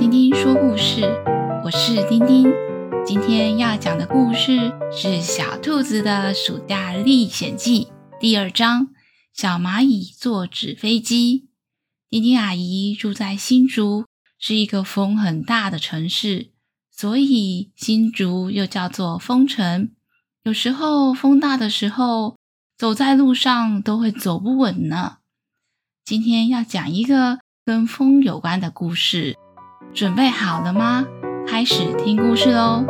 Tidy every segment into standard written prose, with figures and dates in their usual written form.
丁丁说故事，我是丁丁。今天要讲的故事是小兔子的暑假历险记第2章，小蚂蚁坐纸飞机。丁丁阿姨住在新竹，是一个风很大的城市，所以新竹又叫做风城。有时候风大的时候，走在路上都会走不稳呢。今天要讲一个跟风有关的故事，准备好了吗？开始听故事咯。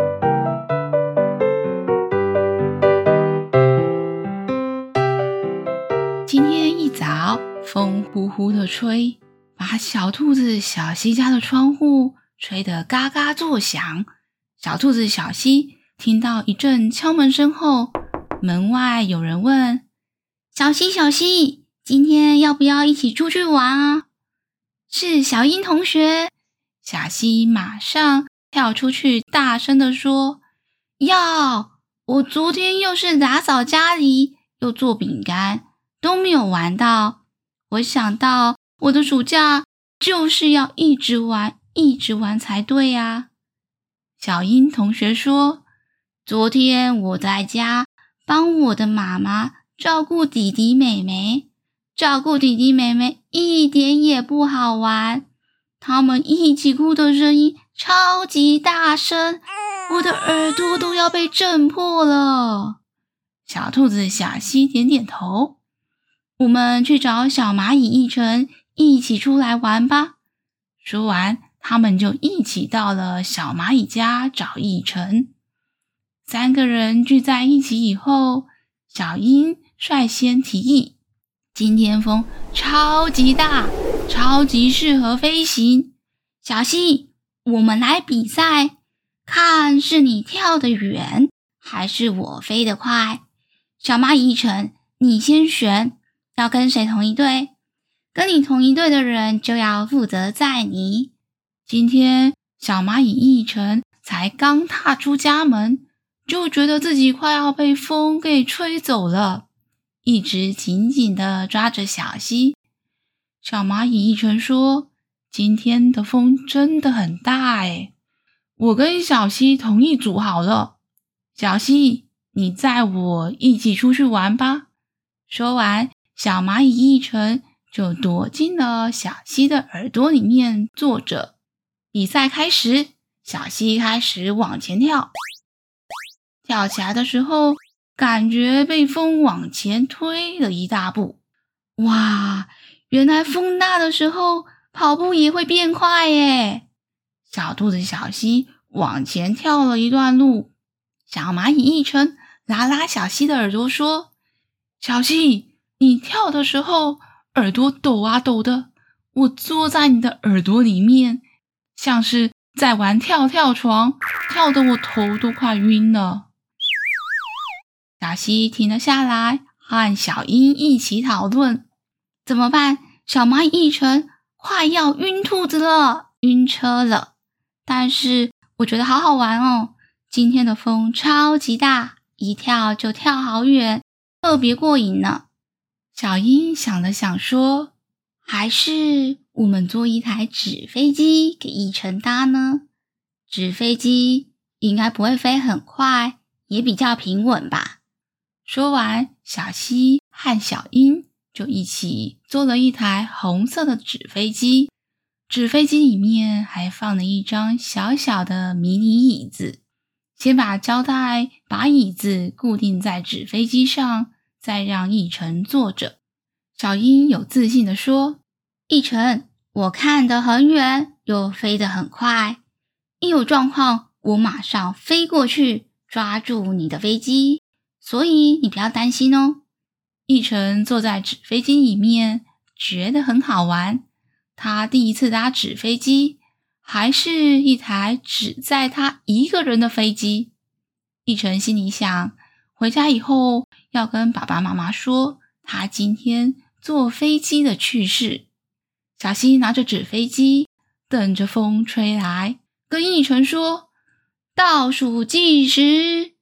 今天一早，风呼呼的吹，把小兔子小西家的窗户吹得嘎嘎作响。小兔子小西听到一阵敲门声后，门外有人问：小西小西，今天要不要一起出去玩啊？是小英同学。小西马上跳出去大声地说：要！我昨天又是打扫家里又做饼干，都没有玩到。我想到我的暑假就是要一直玩一直玩才对啊。小英同学说：昨天我在家帮我的妈妈照顾弟弟妹妹，照顾弟弟妹妹一点也不好玩，他们一起哭的声音超级大声，我的耳朵都要被震破了。小兔子小西点点头，我们去找小蚂蚁一成一起出来玩吧。说完，他们就一起到了小蚂蚁家找一成。3个人聚在一起以后，小英率先提议，今天风超级大，超级适合飞行。小西，我们来比赛，看是你跳得远，还是我飞得快。小蚂蚁一成，你先选，要跟谁同一队？跟你同一队的人就要负责载你。今天小蚂蚁一成才刚踏出家门，就觉得自己快要被风给吹走了，一直紧紧地抓着小西。小蚂蚁一成说：今天的风真的很大耶，我跟小西同一组好了。小西，你载我一起出去玩吧。说完，小蚂蚁一成就躲进了小西的耳朵里面坐着。比赛开始，小西开始往前跳，跳起来的时候感觉被风往前推了一大步。哇，原来风大的时候跑步也会变快耶。小兔子小西往前跳了一段路，小蚂蚁一成拉拉小西的耳朵说：小西，你跳的时候耳朵抖啊抖的，我坐在你的耳朵里面，像是在玩跳跳床，跳得我头都快晕了。小西停了下来，和小英一起讨论怎么办。小蚂蚁一成快要晕兔子了，晕车了，但是我觉得好好玩哦，今天的风超级大，一跳就跳好远，特别过瘾呢。小英想了想说，还是我们做一台纸飞机给一成搭呢？纸飞机应该不会飞很快，也比较平稳吧。说完，小西和小英就一起做了一台红色的纸飞机。纸飞机里面还放了一张小小的迷你椅子，先把胶带把椅子固定在纸飞机上，再让一成坐着。小英有自信地说：一成，我看得很远，又飞得很快，一有状况我马上飞过去抓住你的飞机，所以你不要担心哦。一成坐在纸飞机里面，觉得很好玩。他第一次搭纸飞机，还是一台只载他一个人的飞机。一成心里想，回家以后要跟爸爸妈妈说他今天坐飞机的趣事。小西拿着纸飞机，等着风吹来，跟一成说：倒数计时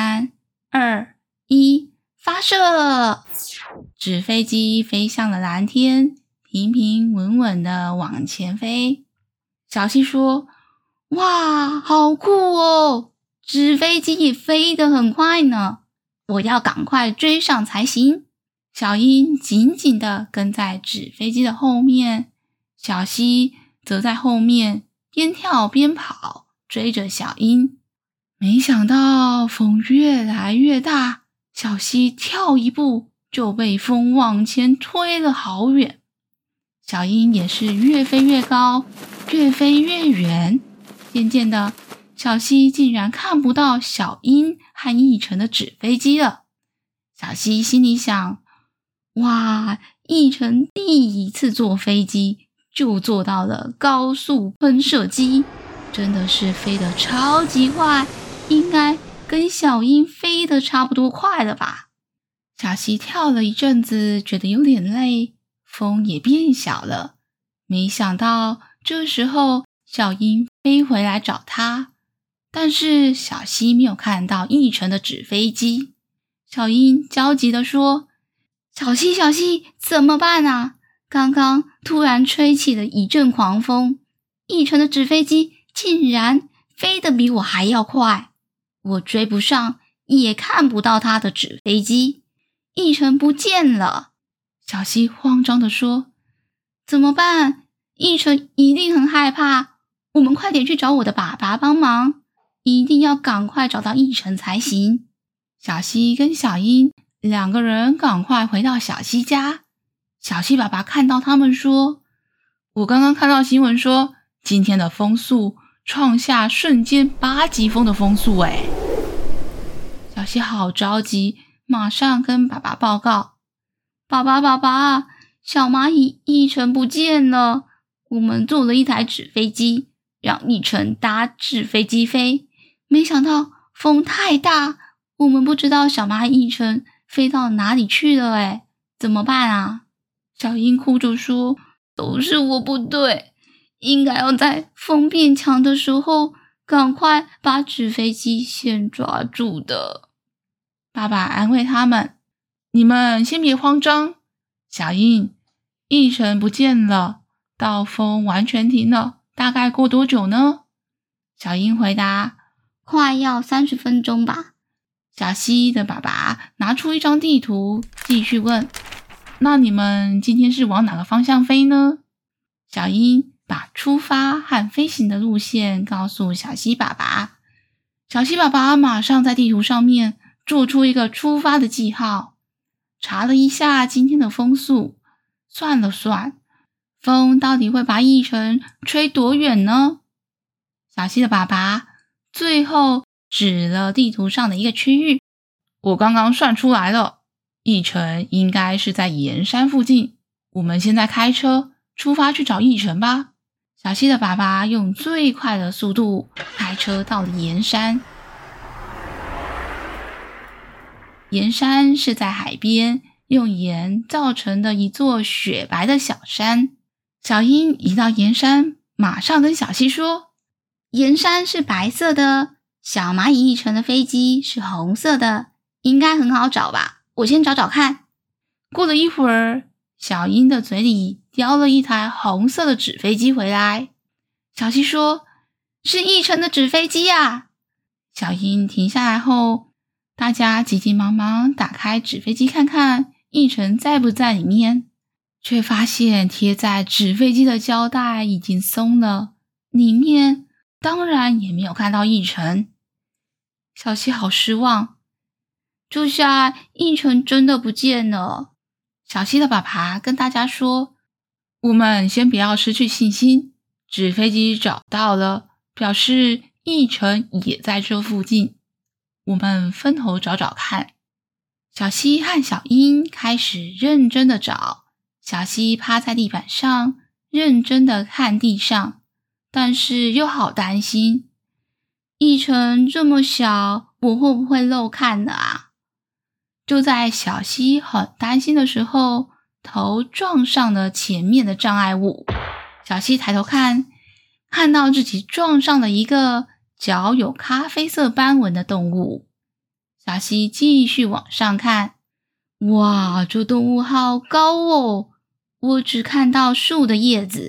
，3、2、1，发射！纸飞机飞向了蓝天，平平稳稳地往前飞。 小溪说：哇，好酷哦！纸飞机也飞得很快呢，我要赶快追上才行。小鹰紧紧地跟在纸飞机的后面，小溪则在后面边跳边跑，追着小鹰。没想到风越来越大，小溪跳一步就被风往前推了好远。小鹰也是越飞越高，越飞越远。渐渐的，小溪竟然看不到小鹰和翼晨的纸飞机了。小溪心里想：哇，翼晨第一次坐飞机就做到了高速喷射机，真的是飞得超级快，应该跟小鹰飞得差不多快了吧。小溪跳了一阵子，觉得有点累，风也变小了。没想到这时候小鹰飞回来找他，但是小溪没有看到翼晨的纸飞机。小鹰焦急地说：小溪，怎么办啊？刚刚突然吹起了一阵狂风，翼晨的纸飞机竟然飞得比我还要快，我追不上，也看不到他的纸飞机，翼晨不见了。小溪慌张地说：怎么办？翼晨一定很害怕，我们快点去找我的爸爸帮忙，一定要赶快找到翼晨才行。小溪跟小鹰两个人赶快回到小溪家。小溪爸爸看到他们说：我刚刚看到新闻说，今天的风速创下瞬间8级风的风速耶。小溪好着急，马上跟爸爸报告：爸爸，小蚂蚁翼晨不见了，我们做了一台纸飞机，让翼晨搭纸飞机飞，没想到风太大，我们不知道小蚂蚁翼晨飞到哪里去了耶，怎么办啊？小鹰哭着说：都是我不对，应该要在风变强的时候赶快把纸飞机先抓住的。爸爸安慰他们：你们先别慌张，小鹰，翼晨不见了，到风完全停了，大概过多久呢？小鹰回答：快要30分钟吧。小溪的爸爸拿出一张地图，继续问：那你们今天是往哪个方向飞呢？小鹰把出发和飞行的路线告诉小溪爸爸。小溪爸爸马上在地图上面做出一个出发的记号，查了一下今天的风速，算了算，风到底会把翼晨吹多远呢？小溪的爸爸最后指了地图上的一个区域，我刚刚算出来了，翼晨应该是在盐山附近，我们现在开车出发去找翼晨吧。小溪的爸爸用最快的速度开车到了盐山。盐山是在海边用盐造成的一座雪白的小山。小鹰一到盐山，马上跟小溪说：盐山是白色的，小蚂蚁翼晨的飞机是红色的，应该很好找吧，我先找找看。过了一会儿，小鹰的嘴里叼了一台红色的纸飞机回来。小溪说：是翼晨的纸飞机啊。小鹰停下来后，大家急急忙忙打开纸飞机看看翼晨在不在里面，却发现贴在纸飞机的胶带已经松了，里面当然也没有看到翼晨。小溪好失望，这下翼晨真的不见了。小溪的爸爸跟大家说：我们先不要失去信心，纸飞机找到了，表示翼晨也在这附近，我们分头找找看。小溪和小鹰开始认真的找，小溪趴在地板上认真的看地上，但是又好担心，翼晨这么小，我会不会漏看了啊？就在小溪很担心的时候，头撞上了前面的障碍物。小溪抬头看，看到自己撞上了一个脚有咖啡色斑纹的动物。小溪继续往上看，哇，这动物好高哦，我只看到树的叶子，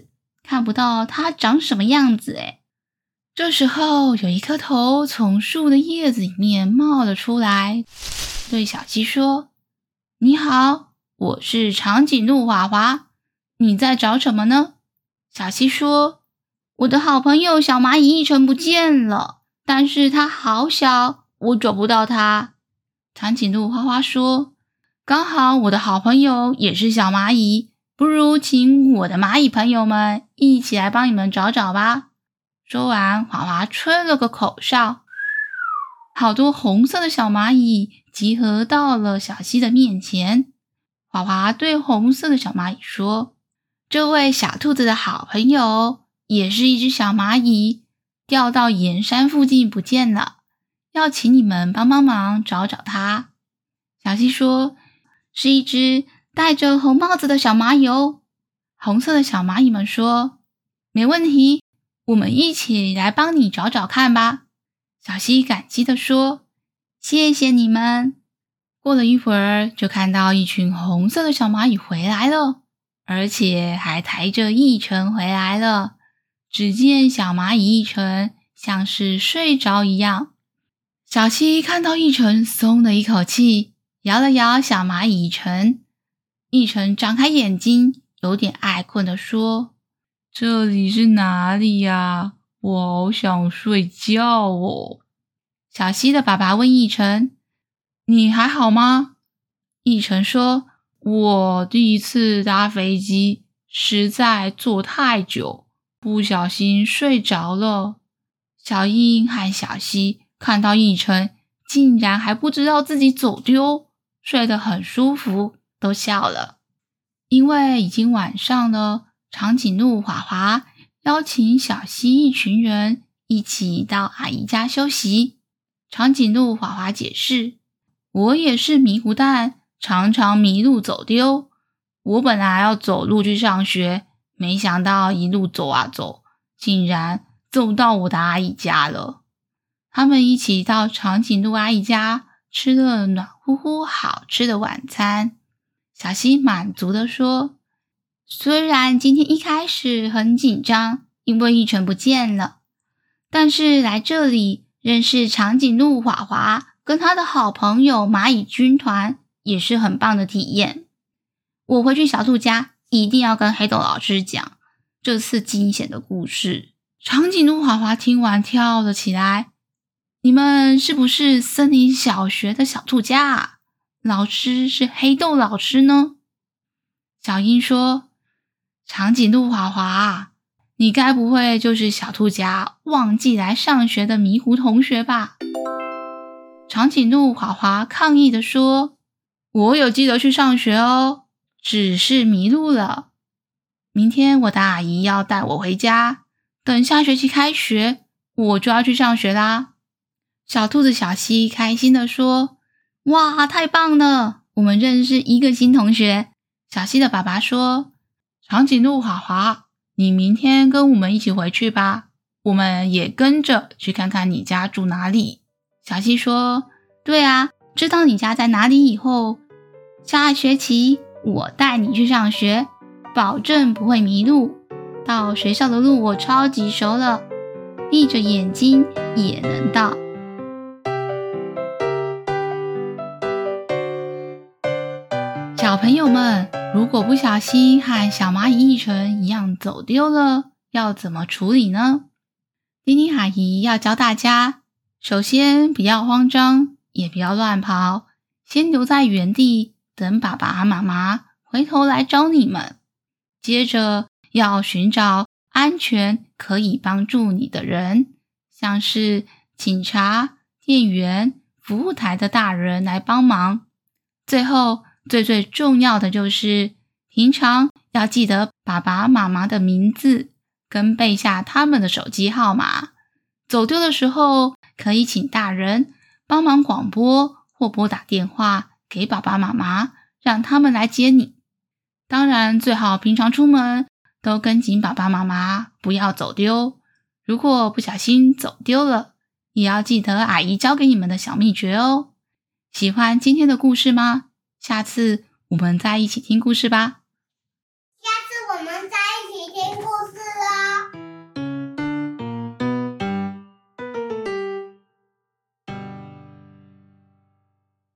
看不到它长什么样子诶。这时候有一颗头从树的叶子里面冒了出来，对小溪说：你好，我是长颈鹿华华，你在找什么呢？小溪说：我的好朋友小蚂蚁一成不见了，但是它好小，我找不到它。长颈鹿花花说：刚好我的好朋友也是小蚂蚁，不如请我的蚂蚁朋友们一起来帮你们找找吧。说完，华华吹了个口哨，好多红色的小蚂蚁集合到了小溪的面前。华华对红色的小蚂蚁说：这位小兔子的好朋友也是一只小蚂蚁，掉到岩山附近不见了，要请你们帮帮忙找找它。小溪说：是一只戴着红帽子的小蚂蚁哦。红色的小蚂蚁们说：没问题，我们一起来帮你找找看吧。小溪感激地说：谢谢你们。过了一会儿，就看到一群红色的小蚂蚁回来了，而且还抬着一成回来了。只见小蚂蚁一成像是睡着一样。小溪看到一成松了一口气，摇了摇小蚂蚁一成。一成张开眼睛，有点爱困地说：这里是哪里呀？我好想睡觉哦。小溪的爸爸问一成：你还好吗？一成说：我第一次搭飞机，实在坐太久，不小心睡着了。小英和小溪看到一成竟然还不知道自己走丢，睡得很舒服，都笑了。因为已经晚上了，长颈鹿华华邀请小溪一群人一起到阿姨家休息。长颈鹿华华解释：我也是迷糊蛋，常常迷路走丢。我本来要走路去上学，没想到一路走啊走，竟然走到我的阿姨家了。他们一起到长颈鹿阿姨家，吃了暖乎乎好吃的晚餐。小溪满足地说：虽然今天一开始很紧张，因为一成不见了，但是来这里认识长颈鹿华华跟他的好朋友蚂蚁军团也是很棒的体验。我回去小兔家一定要跟黑豆老师讲这次惊险的故事。长颈鹿华华听完跳了起来：你们是不是森林小学的小兔家啊？老师是黑豆老师呢？小英说：长颈鹿华华，你该不会就是小兔家忘记来上学的迷糊同学吧？长颈鹿华华抗议地说：我有记得去上学哦，只是迷路了。明天我的阿姨要带我回家，等下学期开学，我就要去上学啦。小兔子小溪开心地说：哇，太棒了，我们认识一个新同学。小溪的爸爸说：长颈鹿华华，你明天跟我们一起回去吧，我们也跟着去看看你家住哪里。小溪说：对啊，知道你家在哪里以后，下学期我带你去上学，保证不会迷路。到学校的路我超级熟了，闭着眼睛也能到。小朋友们，如果不小心和小蚂蚁一成一样走丢了，要怎么处理呢？丁丁阿姨要教大家，首先不要慌张，也不要乱跑，先留在原地，等爸爸妈妈回头来找你们。接着要寻找安全可以帮助你的人，像是警察、店员、服务台的大人来帮忙。最后最重要的就是平常要记得爸爸妈妈的名字，跟背下他们的手机号码。走丢的时候可以请大人帮忙广播或拨打电话给爸爸妈妈，让他们来接你。当然最好平常出门都跟紧爸爸妈妈，不要走丢。如果不小心走丢了，也要记得阿姨教给你们的小秘诀哦。喜欢今天的故事吗？下次我们再一起听故事吧。